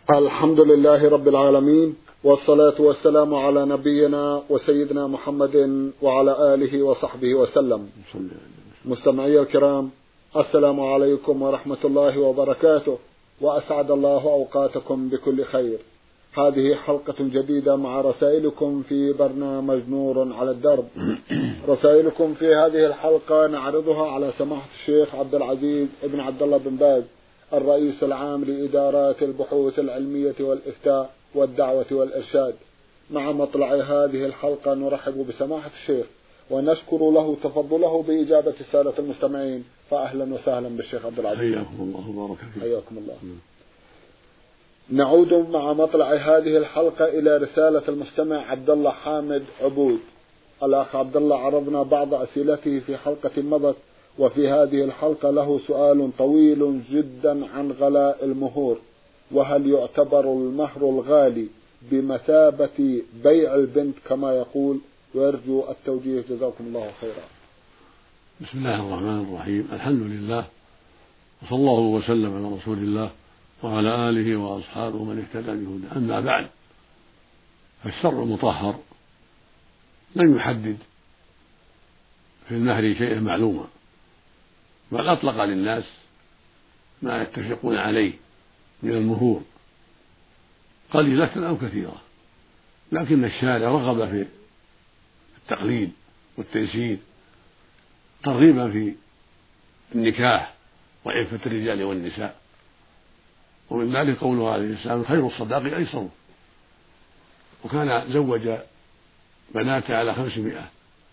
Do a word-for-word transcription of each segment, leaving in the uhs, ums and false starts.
الحمد لله رب العالمين، والصلاة والسلام على نبينا وسيدنا محمد وعلى آله وصحبه وسلم. مستمعي الكرام، السلام عليكم ورحمة الله وبركاته، وأسعد الله أوقاتكم بكل خير. هذه حلقة جديدة مع رسائلكم في برنامج نور على الدرب. رسائلكم في هذه الحلقة نعرضها على سماحة الشيخ عبد العزيز ابن عبد الله بن باز، الرئيس العام لإدارات البحوث العلمية والإفتاء والدعوة والإرشاد. مع مطلع هذه الحلقة نرحب بسماحة الشيخ ونشكر له تفضله بإجابة السادة المستمعين، فأهلا وسهلا بالشيخ عبد العزيز. حياكم الله وبارك فيكم. حياكم الله. نعود مع مطلع هذه الحلقة إلى رسالة المستمع عبد الله حامد عبود. الأخ عبد الله عرضنا بعض أسئلته في حلقة مضت، وفي هذه الحلقة له سؤال طويل جدا عن غلاء المهور، وهل يعتبر المهر الغالي بمثابة بيع البنت كما يقول، ويرجو التوجيه جزاكم الله خيرا. بسم الله الرحمن الرحيم، الحمد لله، وصلى الله وسلم على رسول الله وعلى آله وأصحابه من اهتدى بهداه. أما بعد، فالشرع المطهر لم يحدد في المهر شيئا معلوما، بل أطلق للناس ما يتفقون عليه من المهور قليلة أو كثيرة، لكن الشارع رغب في التقليد والتيسير ترغيبا في النكاح وعفة الرجال والنساء. ومن ذلك قوله عليه السلام: خير الصداق أيسره. وكان زوج بناته على خمسمائة،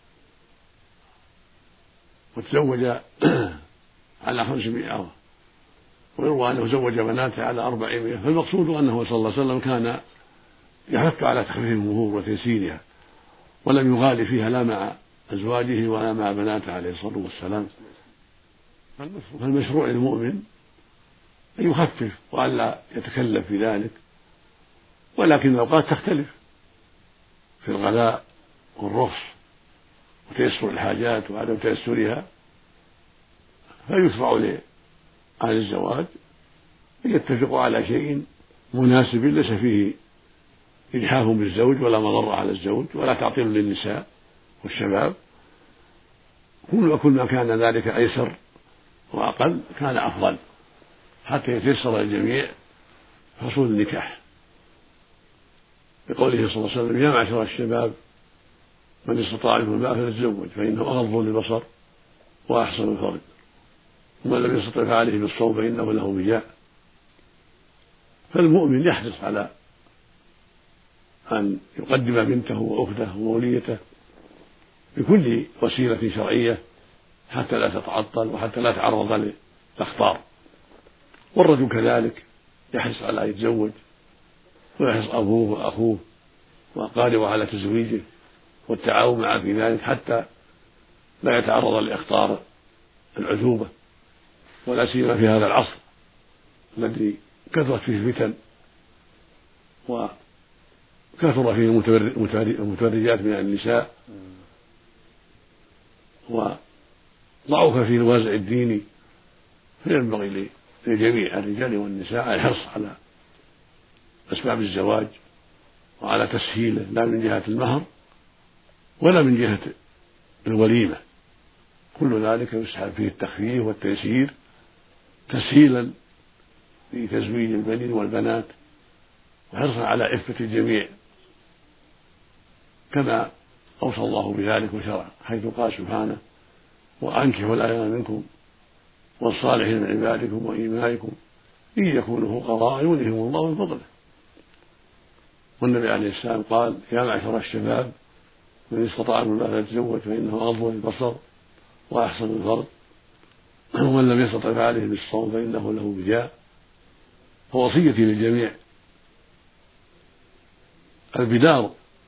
وتزوج على خمسمائة، ويروى أنه زوج بناته على أربعمائة. فالمقصود أنه صلى الله عليه وسلم كان يحث على تخفيف المهور وتيسيرها، ولم يغالي فيها لا مع أزواجه ولا مع بناته عليه الصلاة والسلام. فالمشروع للمؤمن أن يخفف وألا يتكلف في ذلك، ولكن الأوقات تختلف في الغلاء والرخص وتيسر الحاجات وعدم تيسرها، فيشرع لأهل الزواج أن يتفقوا على شيء مناسب ليس فيه إجحاف بالزوج ولا مضرة على الزوج ولا تعطيل للنساء والشباب. كل ما كان ذلك أيسر وأقل كان أفضل، حتى يتيسر الجميع حصول النكاح، بقوله صلى الله عليه وسلم: يا معشر الشباب من استطاع منكم الباء فليتزوج فإنه أغض للبصر وأحسن الفرج، ومن لم يستطع فعليه بالصوم فإنه له وجاء. فالمؤمن يحرص على أن يقدم بنته وأخته وموليته بكل وسيلة شرعية حتى لا تتعطل وحتى لا تعرض للأخطار. والرجل كذلك يحرص على أن يتزوج، ويحرص أبوه وأخوه وأقاربه على تزويجه والتعاون معه في ذلك حتى لا يتعرض لإخطار العزوبة، ولا سيما في هذا العصر الذي كثرت فيه الفتن وكثر فيه المتبرجات من النساء وضعف فيه الوازع الديني. فينبغي لجميع الرجال والنساء الحرص على أسباب الزواج وعلى تسهيله، لا من جهة المهر ولا من جهة الوليمة. كل ذلك يسحب فيه التخفيف والتيسير تسهيلا لتزويج البنين والبنات وحرصا على عفة الجميع، كما أوصى الله بذلك وشرع، حيث قال سبحانه: وأنكحوا الأيام منكم والصالحين من عبادكم وإمائكم إن يكونوا فقراء يغنيهم الله من فضله. والنبي عليه السلام قال: يا معشر الشباب من استطاع منكم الباء فليتزوج فإنه أغض للبصر وأحسن الفرج، ومن لم يستطع فعليه بالصوم فإنه له وجاء. فوصيتي للجميع البدار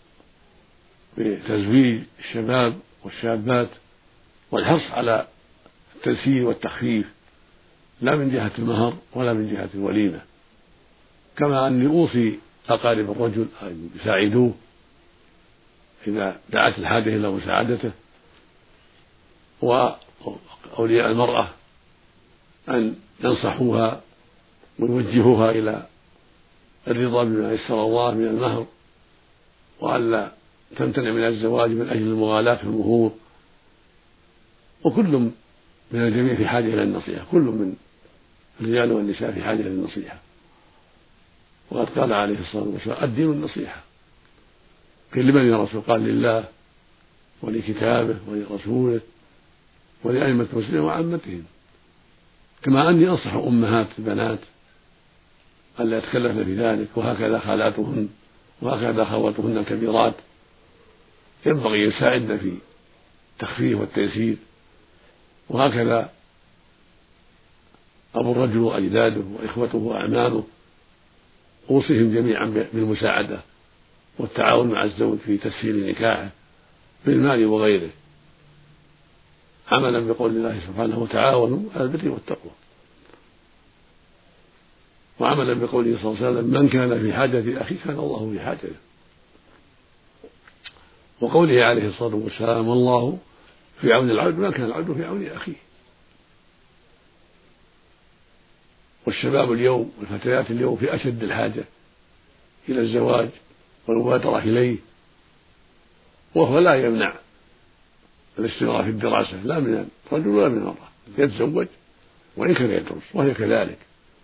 بتزويج الشباب والشابات والحرص على التيسير والتخفيف، لا من جهة المهر ولا من جهة الوليمة. كما أني أوصي أقارب الرجل أن يساعدوه إذا دعت الحاجة إلى مساعدته، وأولياء المرأة أن ينصحوها ويوجهوها إلى الرضا بما يسر الله من المهر، وألا تمتنع من الزواج من أجل المغالاة في المهور. وكل من الجميع في حاجة إلى النصيحة، كل من الرجال والنساء في حاجة إلى النصيحة. وقد قال عليه الصلاة والسلام: الدين النصيحة. قيل لمن يا رسول؟ قال: لله ولكتابه ولرسوله ولأئمة المسلمين وعامتهم. كما أني أنصح أمهات البنات ألا يتكلفن في ذلك، وهكذا خالاتهن، وهكذا خواتهن الكبيرات ينبغي يساعدن في التخفيف والتيسير، وهكذا أبو الرجل وأجداده وإخوته وأعمامه. أوصيهم جميعا بالمساعدة والتعاون مع الزوج في تسهيل نكاحه بالمال وغيره، عملا بقول الله سبحانه: وتعاونوا على البر والتقوى، وعملا بقوله صلى الله عليه وسلم: من كان في حاجة أخيه كان الله في حاجته، وقوله عليه الصلاة والسلام: والله في عون العبد ما كان العبد في عون أخيه. والشباب اليوم والفتيات اليوم في أشد الحاجة إلى الزواج والمبادرة إليه، وهو لا يمنع الاستمرار في الدراسة لا من الرجل ولا من المرأة، يتزوج وإن كان يدرس، وهي كذلك.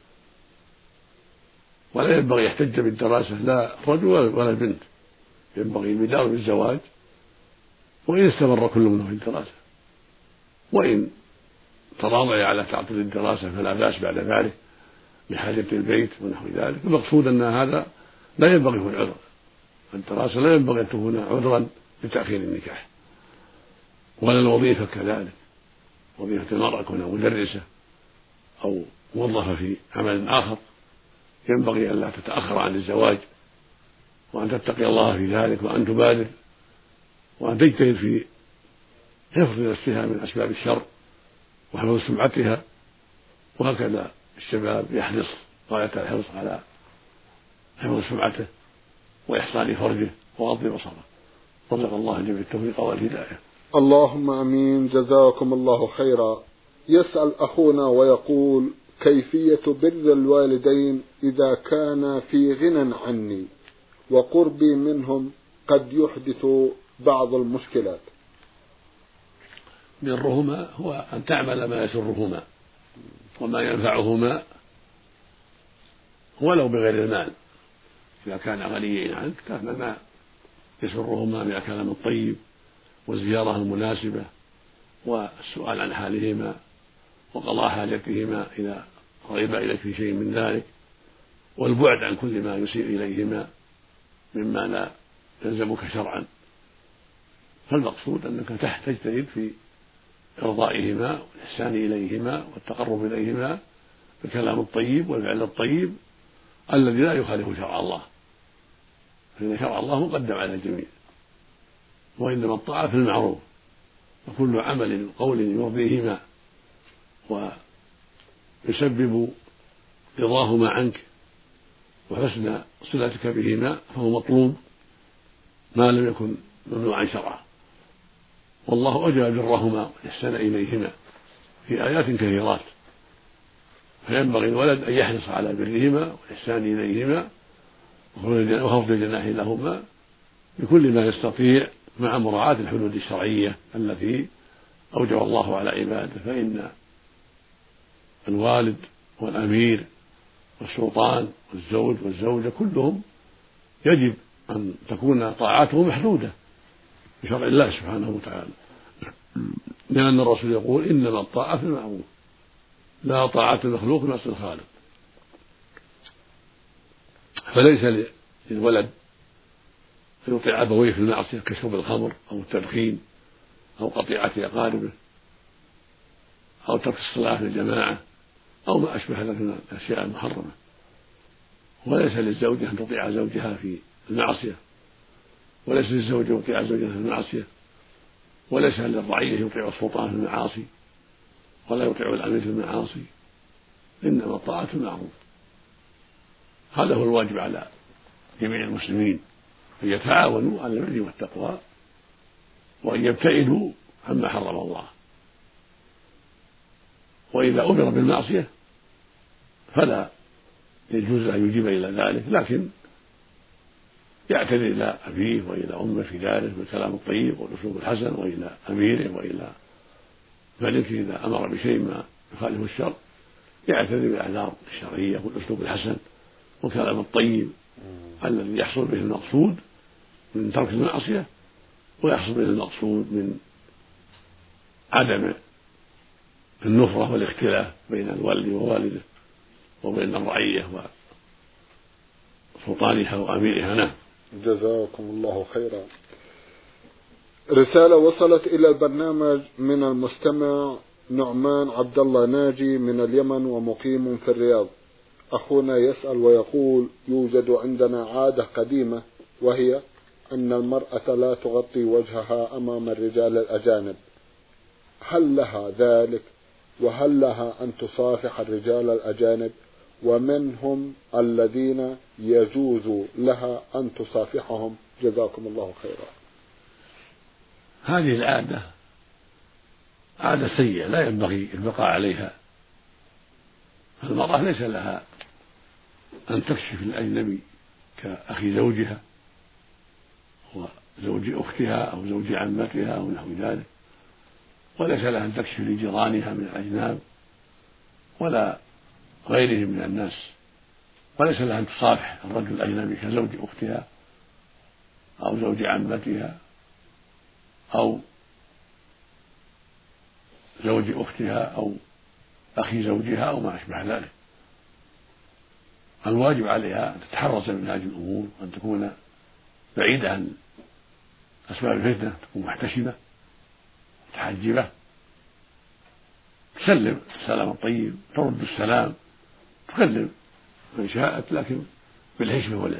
ولا ينبغي يحتج بالدراسة لا الرجل ولا البنت، ينبغي البدار بالزواج وإن استمر كل منهم في الدراسة، وإن تراضي على تعطيل الدراسة فلا بأس بعد ذلك لحاجة البيت ونحو ذلك. المقصود أن هذا لا ينبغي هو العذر، الدراسة لا ينبغي أن تكون عذرا لتأخير النكاح، ولا الوظيفة كذلك. وظيفة المرأة كونها مدرسة أو موظفة في عمل آخر ينبغي ألا تتأخر عن الزواج، وأن تتقي الله في ذلك، وأن تبادر، وأن تجتهد في حفظ نفسها من أسباب الشر وحفظ سمعتها. وهكذا الشباب يحرص غاية الحرص على حفظ سمعته وإحصان فرجه وغض بصره. رزق الله الجميع التوفيق والهداية. اللهم امين. جزاكم الله خيرا. يسأل اخونا ويقول: كيفية بر الوالدين اذا كان في غنى عني وقربي منهم قد يحدث بعض المشكلات؟ برهما هو ان تعمل ما يسرهما وما ينفعهما ولو بغير المال. اذا كان غنيين عنك تعمل ما يسرهما من الكلام الطيب والزيارة المناسبة والسؤال عن حالهما وقضاء حاجتهما إذا رغب إليك في شيء من ذلك، والبعد عن كل ما يسيء إليهما مما لا يلزمك شرعا. فالمقصود أنك تجتهد في إرضائهما والإحسان إليهما والتقرب إليهما بالكلام الطيب والفعل الطيب الذي لا يخالف شرع الله، فإن شرع الله مقدم على الجميع، وإنما الطاعة في المعروف، وكل عمل وقول يرضيهما ويسبب رضاهما عنك وحسن صلتك بهما فهو مطلوب ما لم يكن ممنوعا شرعا. والله أوجب برهما والإحسان إليهما في آيات كثيرات، فينبغي الولد أن يحرص على برهما والإحسان إليهما وخفض الجناح لهما بكل ما يستطيع مع مراعاة الحدود الشرعية التي أوجب الله على عباده. فإن الوالد والأمير والسلطان والزوج والزوجة كلهم يجب أن تكون طاعته محدودة بشرع الله سبحانه وتعالى، لأن الرسول يقول: إنما الطاعة في المعروف لا طاعة المخلوق في معصية الخالق. فليس للولد أن يطيع أبويه في المعصية كشرب الخمر أو التدخين أو قطيعة أقاربه أو ترك الصلاة في الجماعة أو ما أشبه ذلك من الأشياء المحرمة. وليس للزوجة أن تطيع زوجها في المعصية، وليس للزوج أن يطيع زوجها في المعصية، وليس للرعية يطيع السلطان في المعاصي ولا يطيع الأمير في المعاصي، إنما الطاعة المعروف. هذا هو الواجب على جميع المسلمين، أن يتعاونوا على البر والتقوى وأن يبتعدوا عما حرم الله. وإذا أمر بالمعصية فلا يجوز أن يجيب إلى ذلك، لكن يعتذر إلى أبيه وإلى أمه في ذلك بالكلام الطيب والأسلوب الحسن، وإلى أميره وإلى ملكه إذا أمر بشيء ما يخالف الشرع يعتذر بالأعذار الشرعية والأسلوب الحسن والكلام الطيب الذي يحصل به المقصود من ترك المعصية ويحصل به المقصود من عدم النفرة والاختلاف بين الوالد ووالده وبين الرعية وسلطانها وأميرها. نعم. جزاكم الله خيرا. رسالة وصلت إلى البرنامج من المستمع نعمان عبد الله ناجي من اليمن ومقيم في الرياض. أخونا يسأل ويقول: يوجد عندنا عادة قديمة، وهي أن المرأة لا تغطي وجهها أمام الرجال الأجانب، هل لها ذلك؟ وهل لها أن تصافح الرجال الأجانب؟ ومنهم الذين يجوز لها أن تصافحهم؟ جزاكم الله خيرا. هذه العادة عادة سيئة لا ينبغي البقاء عليها. المرأة ليس لها أن تكشف الأجنبي كأخي زوجها وزوج أختها أو زوج عمتها أو نحو ذلك، وليس لها أن تكشف لجيرانها من الأجناب ولا غيرهم من الناس، وليس لها أن تصافح الرجل الأجنبي كزوج أختها أو زوج عمتها أو زوج أختها أو أخي زوجها أو ما أشبه ذلك. الواجب عليها أن تتحرز من هذه الأمور وأن تكون بعيدة عن أسباب الفتنة، تكون محتشمة متحجبة، تسلم السلام الطيب، ترد السلام، تكلم من شاءت، لكن بالحشمة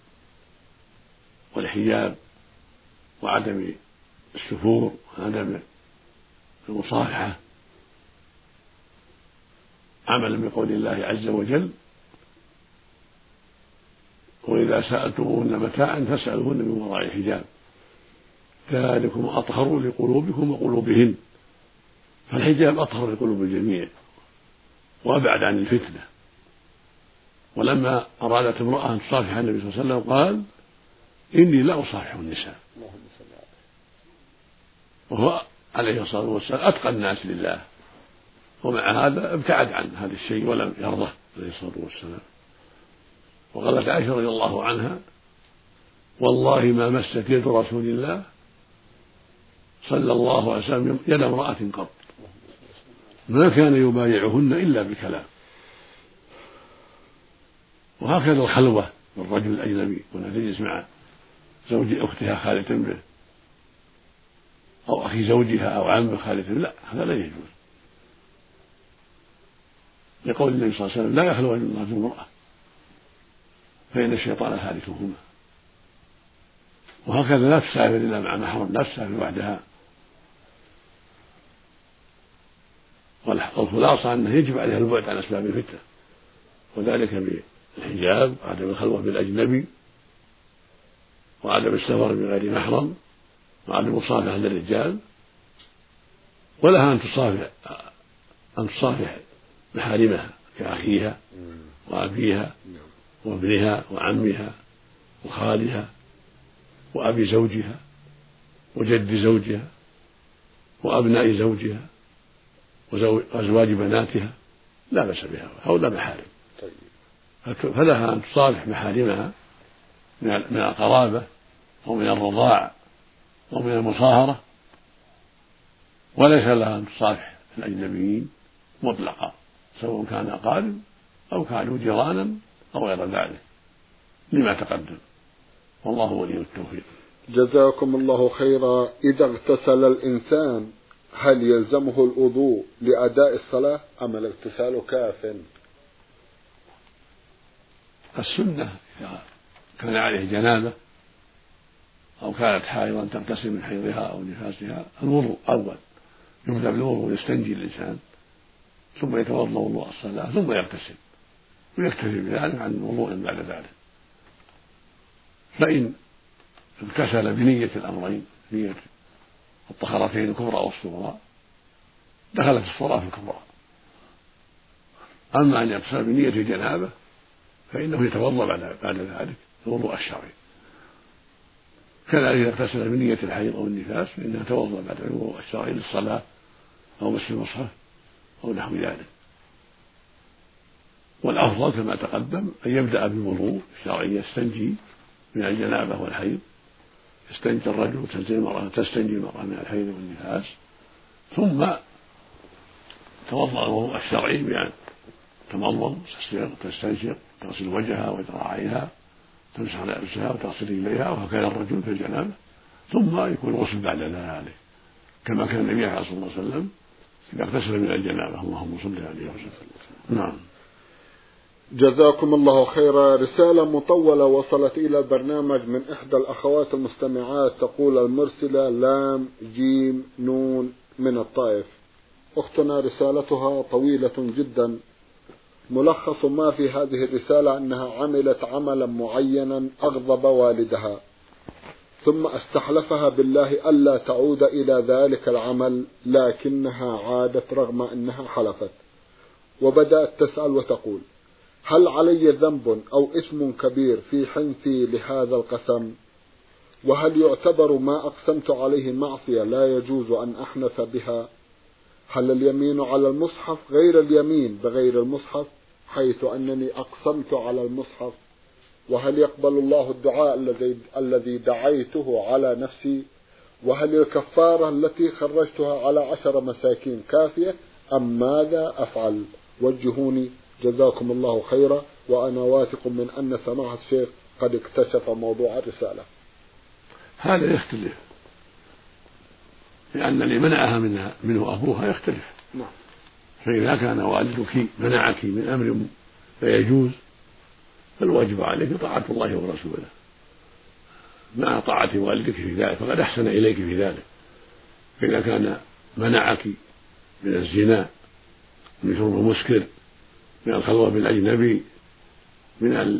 والحجاب وعدم السفور وعدم المصافحة، عملا بقول الله عز وجل: وإذا سألتموهن متاعا فاسألوهن من وراء حجاب ذلكم أطهر لقلوبكم وقلوبهن. فالحجاب أطهر لقلوب الجميع وأبعد عن الفتنة. ولما أرادت امرأة أن تصافح النبي صلى الله عليه وسلم قال: إني لا أصافح النساء، وهو عليه الصلاة والسلام أتقى الناس لله، ومع هذا ابتعد عن هذا الشيء ولم يرضه عليه الصلاة والسلام. وقالت عائشة رضي الله عنها: والله ما مست يد رسول الله صلى الله عليه وسلم يد امرأة قط، ما كان يبايعهن إلا بكلام. وهكذا الخلوة بالرجل الأجنبي، وأنها تجلس مع زوج أختها خالة به أو أخي زوجها أو عم خالة، لا، هذا لا يجوز، لقول النبي صلى الله عليه وسلم: لا يخلو الله بامرأة فإن الشيطان ثالثهما. وهكذا لا تسافر إلا مع محرم، لا تسافر وحدها. والخلاصة أنه يجب عليها البعد عن أسباب الفتنة، وذلك بالحجاب وعدم الخلوة بالأجنبي وعدم السفر بغير محرم وعدم المصافحة للرجال. ولها أن تصافح أن تصافح محارمها كأخيها وأبيها وابنها وعمها وخالها وأبي زوجها وجد زوجها وأبناء زوجها وأزواج بناتها، لا بأس بها، هؤلاء محارم. فلها أن تصالح محارمها من القرابة ومن الرضاع ومن المصاهرة، وليس لها أن تصالح الأجنبيين مطلقا، سواء كان أقارب أو كانوا جيرانا أو غير ذلك، لما تقدم، والله ولي التوفيق. جزاكم الله خيرا. إذا اغتسل الإنسان هل يلزمه الوضوء لأداء الصلاة أم الاغتسال كاف؟ السنة إذا كان عليه جنابة أو كانت حائضا تغتسل من حيضها أو نفاسها الوضوء أول، يبدأ بالوضوء يستنجي الإنسان ثم يتوضأ وضوء الصلاة ثم يغتسل ويكتفي بذلك عن وضوء بعد ذلك. فإن اغتسل بنية الأمرين، نية الطهارتين الكبرى والصغرى، دخلت الصلاة في الكبرى. أما أن يغتسل بنية الجنابة فإنه يتوضأ بعد بعد ذلك الوضوء الشرعي. كذلك إذا اغتسل بنية الحيض أو النفاس فإنه يتوضأ بعد الوضوء الشرعي للصلاة أو مس المصحف أو نحو ذلك. والأفضل كما تقدم أن يبدأ بالوضوء الشرعي، يستنجي من الجنابة والحيض، يستنجي الرجل وتستنجي المرأة تستنجي المرأة من الحيض والنفاس، ثم توضأ الوضوء الشرعي بأن تمضمض تستنشق تغسل وجهها وذراعيها تمسح على رأسها وتغسل رجليها، وهكذا الرجل في الجنابة، ثم يكون الغسل بعد ذلك كما كان النبي صلى الله عليه وسلم إذا اغتسل من الجنابة. اللهم صل عليه وسلم. نعم. جزاكم الله خيرا. رسالة مطولة وصلت إلى البرنامج من إحدى الأخوات المستمعات، تقول المرسلة لام جيم نون من الطائف. أختنا رسالتها طويلة جدا، ملخص ما في هذه الرسالة أنها عملت عملا معينا أغضب والدها، ثم استحلفها بالله ألا تعود إلى ذلك العمل، لكنها عادت رغم أنها حلفت، وبدأت تسأل وتقول: هل علي ذنب أو إثم كبير في حنثي لهذا القسم؟ وهل يعتبر ما أقسمت عليه معصية لا يجوز أن أحنث بها؟ هل اليمين على المصحف غير اليمين بغير المصحف، حيث أنني أقسمت على المصحف؟ وهل يقبل الله الدعاء الذي الذي دعيته على نفسي؟ وهل الكفارة التي خرجتها على عشر مساكين كافية أم ماذا أفعل؟ وجهوني جزاكم الله خيرا، وأنا واثق من أن سماحة الشيخ قد اكتشف موضوع الرسالة. هذا يختلف، لأن اللي منعها منها منه أبوها يختلف. نعم. فإذا كان والدك منعك من أمر لا يجوز فالواجب عليك طاعة الله ورسوله مع طاعة والدك في ذلك، فقد أحسن إليك في ذلك. فإذا كان منعك من الزنا، من شرب المسكر، من الخلوة بالأجنبي، من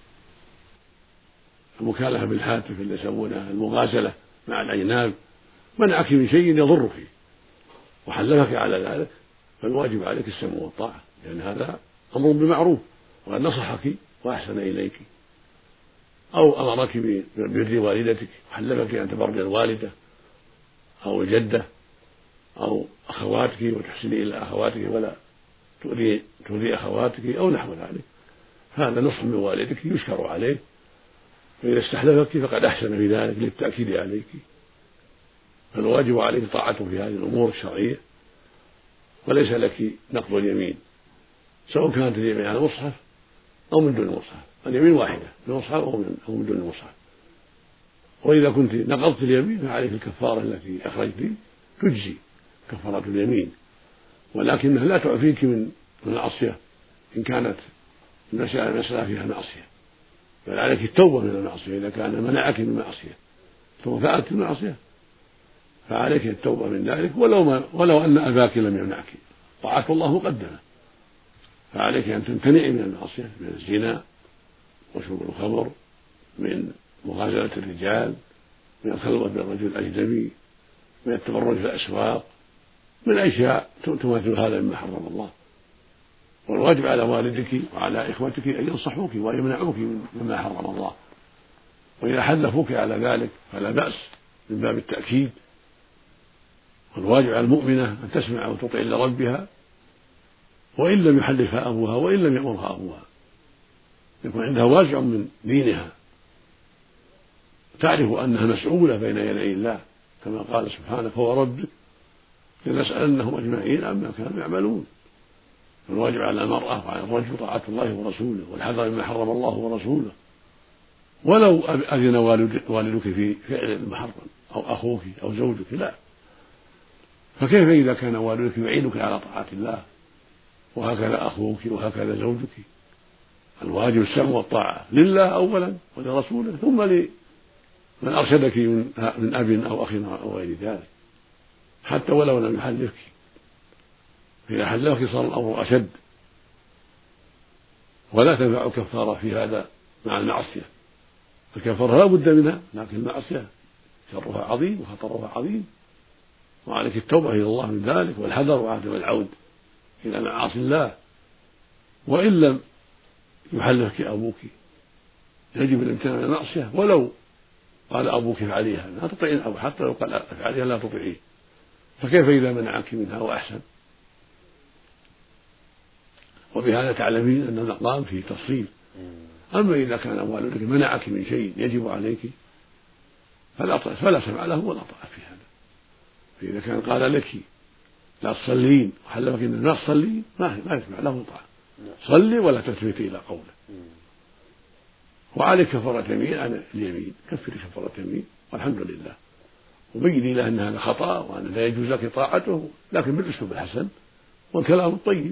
المكالفة بالهاتف اللي يسمونها المغازلة مع الأجناب، منعك من شيء يضرك وحلفك على ذلك، فالواجب عليك السمع والطاعة، لأن هذا أمر بمعروف وقد نصحك وأحسن إليك، أو أمرك ببر والدتك وحلفك أن تبر الوالدة أو الجدة أو أخواتك وتحسني إلى أخواتك ولا تؤذي تؤذي أخواتك أو نحو ذلك، هذا نصح من والدك يشكر عليه، فإذا استحلفك فقد أحسن في ذلك للتأكيد عليك، فالواجب عليك طاعته في هذه الأمور الشرعية، وليس لك نقض اليمين، سواء كانت اليمين على المصحف أو من دون المصحف، اليمين واحدة من المصحف أو من دون المصحف. وإذا كنت نقضت اليمين فعليك الكفارة التي أخرجت تجزي كفارة اليمين، ولكنها لا تعفيك من المعصية إن كانت المسألة فيها معصية، بل عليك التوبة من المعصية. إذا كان منعك من المعصية ثم فعلت المعصية فعليك التوبة من ذلك، ولو, ما ولو أن أباك لم يمنعك، طاعة الله مقدمة، فعليك أن تمتنعي من المعصية، من الزنا وشرب الخمر، من مغازلة الرجال، من الخلوة بالرجل الأجنبي، من التبرج في الأسواق، من أشياء تماثل هذا مما حرم الله. والواجب على والدك وعلى إخوتك أن ينصحوك وأن يمنعوك مما حرم الله، وإذا حلفوك على ذلك فلا بأس من باب التأكيد. والواجب على المؤمنة أن تسمع وتطيع لربها وإن لم يحلفها أبوها وإن لم يأمرها أبوها، يكون عندها وازع من دينها، تعرف أنها مسؤولة بين يدي الله كما قال سبحانه: فوربك لنسألنهم أجمعين عما كانوا يعملون. الواجب على المرأة وعلى الرجل طاعة الله ورسوله والحذر مما حرم الله ورسوله، ولو أذن والدك في فعل المحرم أو أخوك أو زوجك لا، فكيف إذا كان والدك يعينك على طاعة الله وهكذا أخوك وهكذا زوجك؟ الواجب السمع والطاعة لله أولا ولرسوله ثم لمن أرشدك من أب أو أخ أو غير ذلك، حتى ولو لم يحلفك. إذا حلفك صار الأمر أشد، ولا تنفع الكفارة في هذا مع المعصية. الكفارة لا بد منها، لكن المعصية شرها عظيم وخطرها عظيم، وعليك التوبة إلى الله من ذلك والحذر وعدم العود إلى معاصي الله. وإن لم يحلفك أبوك يجب الامتناع من المعصية ولو قال أبوك افعليها لا تطيعين، أو حتى لو قال افعليها لا تطيعيه، فكيف إذا منعك منها وأحسن؟ وبهذا تعلمين أن المقام فيه تفصيل. أما إذا كان والدك منعك من شيء يجب عليك فلا فلا سمع له ولا طاعة في هذا. فإذا كان قال لك لا تصلين وحلفك إن لا تصلين ما ما يسمع له طاعة، صلي ولا تلتفتي إلى قوله. وعليك كفارة يمين عن اليمين، كفر كفارة يمين والحمد لله، وبيني له أن هذا خطأ وأن لا يجوز لك طاعته، لكن بالأسلوب الحسن والكلام الطيب.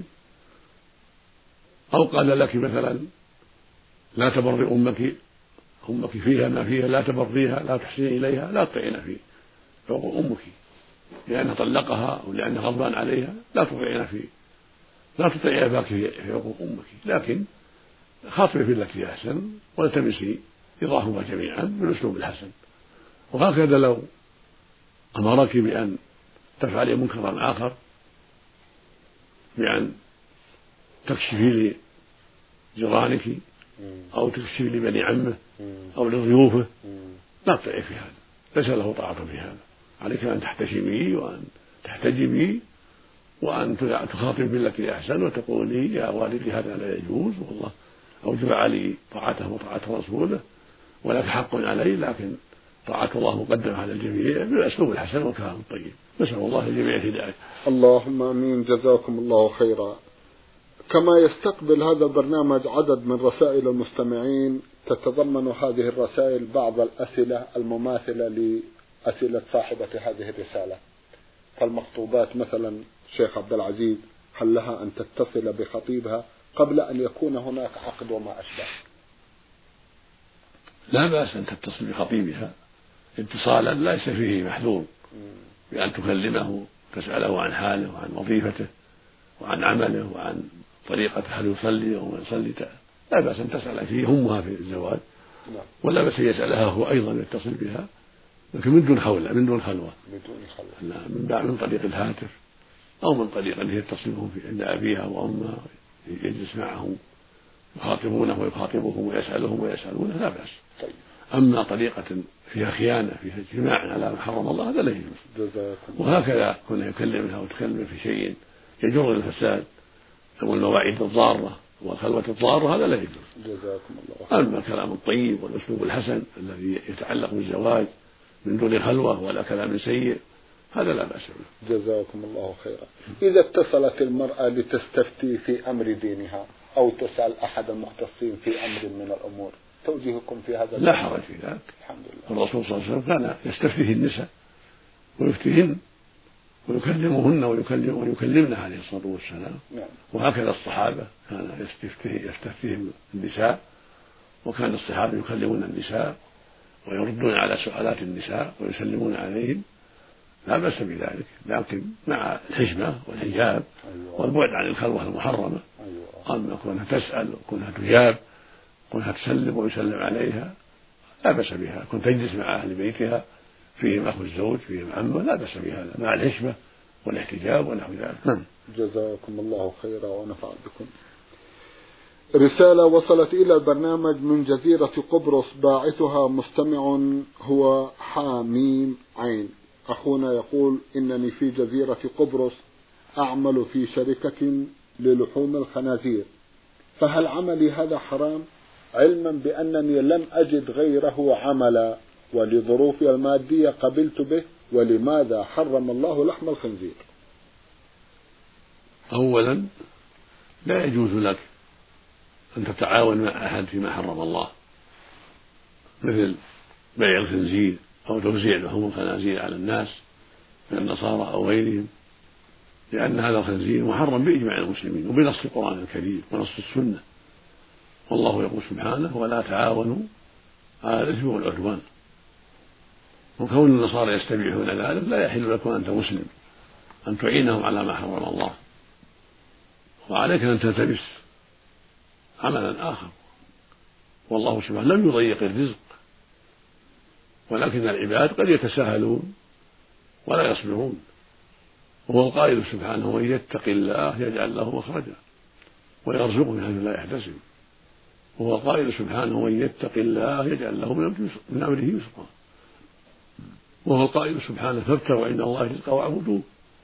أو قال لك مثلا لا تبر أمك أمك فيها ما فيها، لا تبريها لا تحسني إليها لا تطيعين في حقوق أمك لأنها طلقها أو لأنها غضبان عليها، لا تطيعين في لا تطيعي أباك في حقوق أمك، لكن خاطبي بالتي أحسن والتمسي رضاهما جميعا بالأسلوب الحسن. وهكذا لو أمرك بأن تفعلي منكرا آخر بأن تكشفي لجيرانك أو تكشفي لبني عمه أو لضيوفه لا تطيعي في هذا، ليس له طاعة في هذا. عليك أن تحتشمي وأن تحتجبي وأن تخاطب بالتي أحسن وتقولي يا والدي هذا لا يجوز، والله أوجب علي طاعته وطاعة رسوله ولك حق علي، لكن طاعة الله مقدمة على الجميع بالأسلوب الحسن والكلام الطيب. نسأل الله الجميع الهداية. اللهم آمين. جزاكم الله خيرا. كما يستقبل هذا البرنامج عدد من رسائل المستمعين، تتضمن هذه الرسائل بعض الأسئلة المماثلة لأسئلة صاحبة هذه الرسالة. فالمخطوبات مثلا شيخ عبد العزيز هل لها أن تتصل بخطيبها قبل أن يكون هناك عقد وما أشبه؟ لا بأس أن تتصل بخطيبها اتصالا ليس فيه محذور، بأن تكلمه تسأله عن حاله وعن وظيفته وعن عمله وعن طريقة هل يصلي أو ما يصلي، لا بأس أن تسأل فيه همها في الزواج، ولا بأس أن يسألها هو أيضا يتصل بها، لكن من دون خولة من دون خلوة من من طريق الهاتف أو من طريق أن يتصلهم عند أبيها وأمها يجلس معهم يخاطبونه ويخاطبهم ويسألهم ويسألونه لا بأس. أما طريقة فيها خيانة فيها اجتماع على ما حرم الله هذا لا يجوز. وهكذا كنا يكلمها وتكلم في شيء يجر الفساد أو المواعيد الضارة والخلوة الضارة هذا لا يجوز. جزاكم الله. أما الكلام الطيب والأسلوب الحسن الذي يتعلق بالزواج من دون خلوة ولا كلام سيء هذا لا بأس به. جزاكم الله خيرا. إذا اتصلت المرأة لتستفتي في أمر دينها أو تسأل أحد المختصين في أمر من الأمور، توجيهكم في هذا؟ لا حرج في ذلك. الحمد لله. الرسول صلى الله عليه وسلم كان يستفتيه النساء ويفتيهن ويكلمهن ويكلم ويكلمن عليه الصلاة والسلام. نعم. وهكذا الصحابة كان يستفتيه يستفتيهم النساء، وكان الصحابة يكلمون النساء ويردون على سؤالات النساء ويسلمون عليهم، لا بأس بذلك، لكن مع الحشمة والحجاب. أيوة. والبعد عن الخلوة المحرمة. أيوة. أما كونها تسأل وكونها تجاب كونها تسلم ويسلم عليها لا بأس بها، كنت تجلس مع أهل بيتها فيهم أخو الزوج فيهم عمه لا بأس بهذا مع الحشمة والاحتجاب ونحو ذلك. جزاكم الله خيرا ونفع بكم. رسالة وصلت إلى البرنامج من جزيرة قبرص، باعثها مستمع هو حاميم عين. أخونا يقول إنني في جزيرة قبرص أعمل في شركة للحوم الخنازير، فهل عملي هذا حرام علما بأنني لم أجد غيره عملا ولظروفي المادية قبلت به، ولماذا حرم الله لحم الخنزير؟ أولا لا يجوز لك أن تتعاون مع أحد فيما حرم الله مثل بيع الخنزير أو توزيع لحوم الخنازير على الناس من النصارى أو غيرهم، لأن هذا الخنزير محرم بإجماع المسلمين وبنص القرآن الكريم ونص السنة، والله يقول سبحانه ولا تعاونوا على الإثم والعدوان. وكون النصارى يستبيحون ذلك لا يحل لكم أنت مسلم أن تعينهم على ما حرم الله، وعليك أن تلتمس عملا آخر، والله سبحانه لم يضيق الرزق، ولكن العباد قد يتساهلون ولا يصبرون، وهو القائل سبحانه ومن يتق الله يجعل له مخرجا ويرزقه من حيث لا يحتسب. وهو القائل سبحانه ومن يتق الله يجعل له من أمره يسرا، وهو القائل سبحانه فابتغوا عند الله رزقا واعبدوه.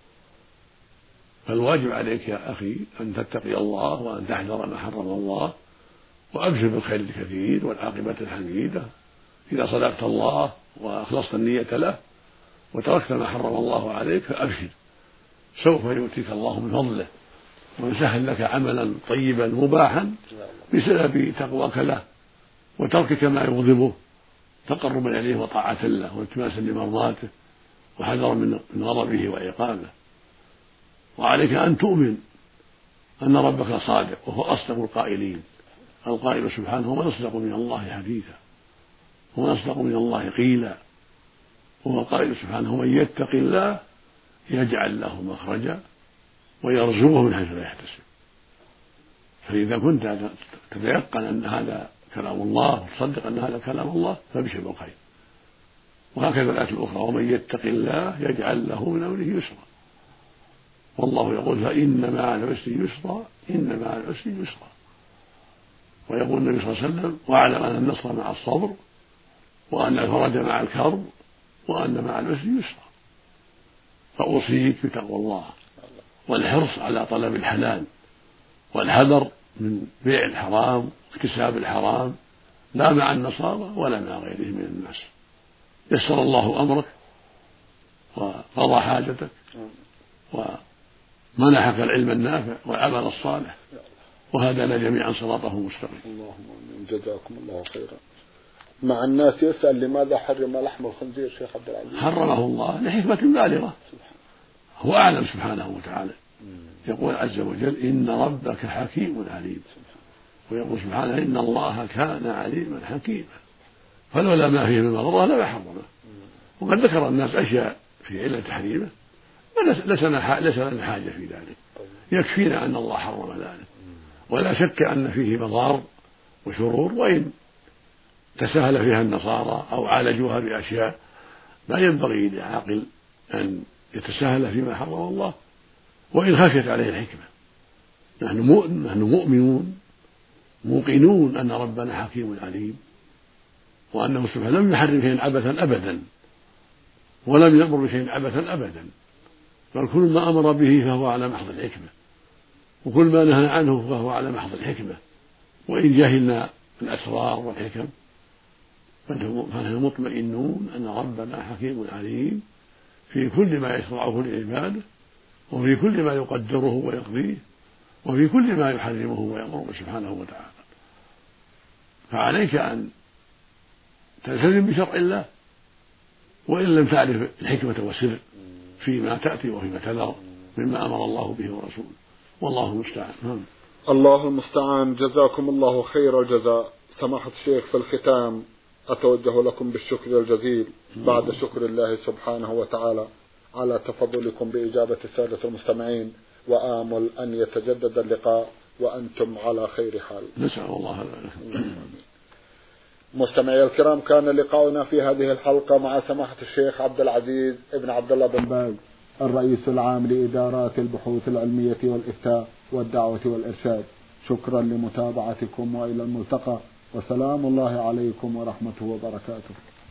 فالواجب عليك يا أخي أن تتقي الله وأن تحذر ما حرم الله، وأبشر بالخير الكثير والعاقبة الحميدة إذا صدقت الله وأخلصت النية له وتركت ما حرم الله عليك، فأبشر سوف يؤتيك الله من فضله ويسهل لك عملا طيبا مباحا بسبب تقواك له وتركك ما يغضبه تقربا إليه وطاعة له والتماسا لمرضاته وحذرا من غضبه وعقابه. وعليك أن تؤمن أن ربك صادق وهو أصدق القائلين، القائل سبحانه ومن أصدق من الله حديثا ومن أصدق من الله قيلا، وهو القائل سبحانه من يتق الله يجعل له مخرجا ويرزقه من حيث لا يحتسب. فإذا كنت تتيقن أن هذا كلام الله وتصدق أن هذا كلام الله فابشر بالخير. وهكذا الآية الأخرى ومن يتق الله يجعل له من أمره يسرا، والله يقول فإن مع العسر يسرا إن مع العسر يسرا. ويقول النبي صلى الله عليه وسلم واعلم أن النصر مع الصبر وأن الفرج مع الكرب وأن مع العسر يسرا. فأوصيك بتقوى الله والحرص على طلب الحلال والحذر من بيع الحرام واكتساب الحرام، لا مع النصارى ولا مع غيرهم من الناس. يسر الله أمرك وقضى حاجتك ومنحك العلم النافع والعمل الصالح وهدانا جميعا صراطه مستقيم. اللهم آمين. جزاكم الله خيرا. مع الناس يسأل لماذا حرم لحم الخنزير شيخ عبد العزيز؟ حرمه الله لحكمة بالغة، هو أعلم سبحانه وتعالى. يقول عز وجل إن ربك حكيم عليم، ويقول سبحانه إن الله كان عليما حكيما، فلولا ما فيه من مضرة لما حرمه. وقد ذكر الناس أشياء في علة تحريمه ليس لنا حاجة في ذلك، يكفينا أن الله حرم ذلك، ولا شك أن فيه مضار وشرور، وإن تساهل فيها النصارى أو عالجوها بأشياء لا ينبغي لعاقل أن يتساهل فيما حرم الله وإن خشيت عليه الحكمة. نحن مؤمنون موقنون أن ربنا حكيم عليم، وأنه سبحانه لم يحرم شيئا عبثا أبدا ولم يأمر بشيء عبثا أبدا، بل كل ما أمر به فهو على محض الحكمة، وكل ما نهى عنه فهو على محض الحكمة. وإن جهلنا الأسرار والحكم فنحن مطمئنون أن ربنا حكيم عليم في كل ما يشرعه لعباده، وفي كل ما يقدره ويقضيه، وفي كل ما يحرمه ويأمره سبحانه وتعالى. فعليك أن تلتزم بشرع الله وإن لم تعرف الحكمة والسر فيما تأتي وفيما تذر مما أمر الله به ورسوله، والله المستعان. الله المستعان. جزاكم الله خير الجزاء. سماحة الشيخ، في الختام أتوجه لكم بالشكر الجزيل بعد شكر الله سبحانه وتعالى على تفضلكم بإجابة السادة المستمعين، وآمل أن يتجدد اللقاء وأنتم على خير حال. نسأل الله ذلك. مستمعي الكرام، كان لقاؤنا في هذه الحلقة مع سماحة الشيخ عبد العزيز ابن عبد الله بن باز، الرئيس العام لإدارات البحوث العلمية والإفتاء والدعوة والإرشاد. شكرا لمتابعتكم وإلى الملتقى، وسلام الله عليكم ورحمته وبركاته.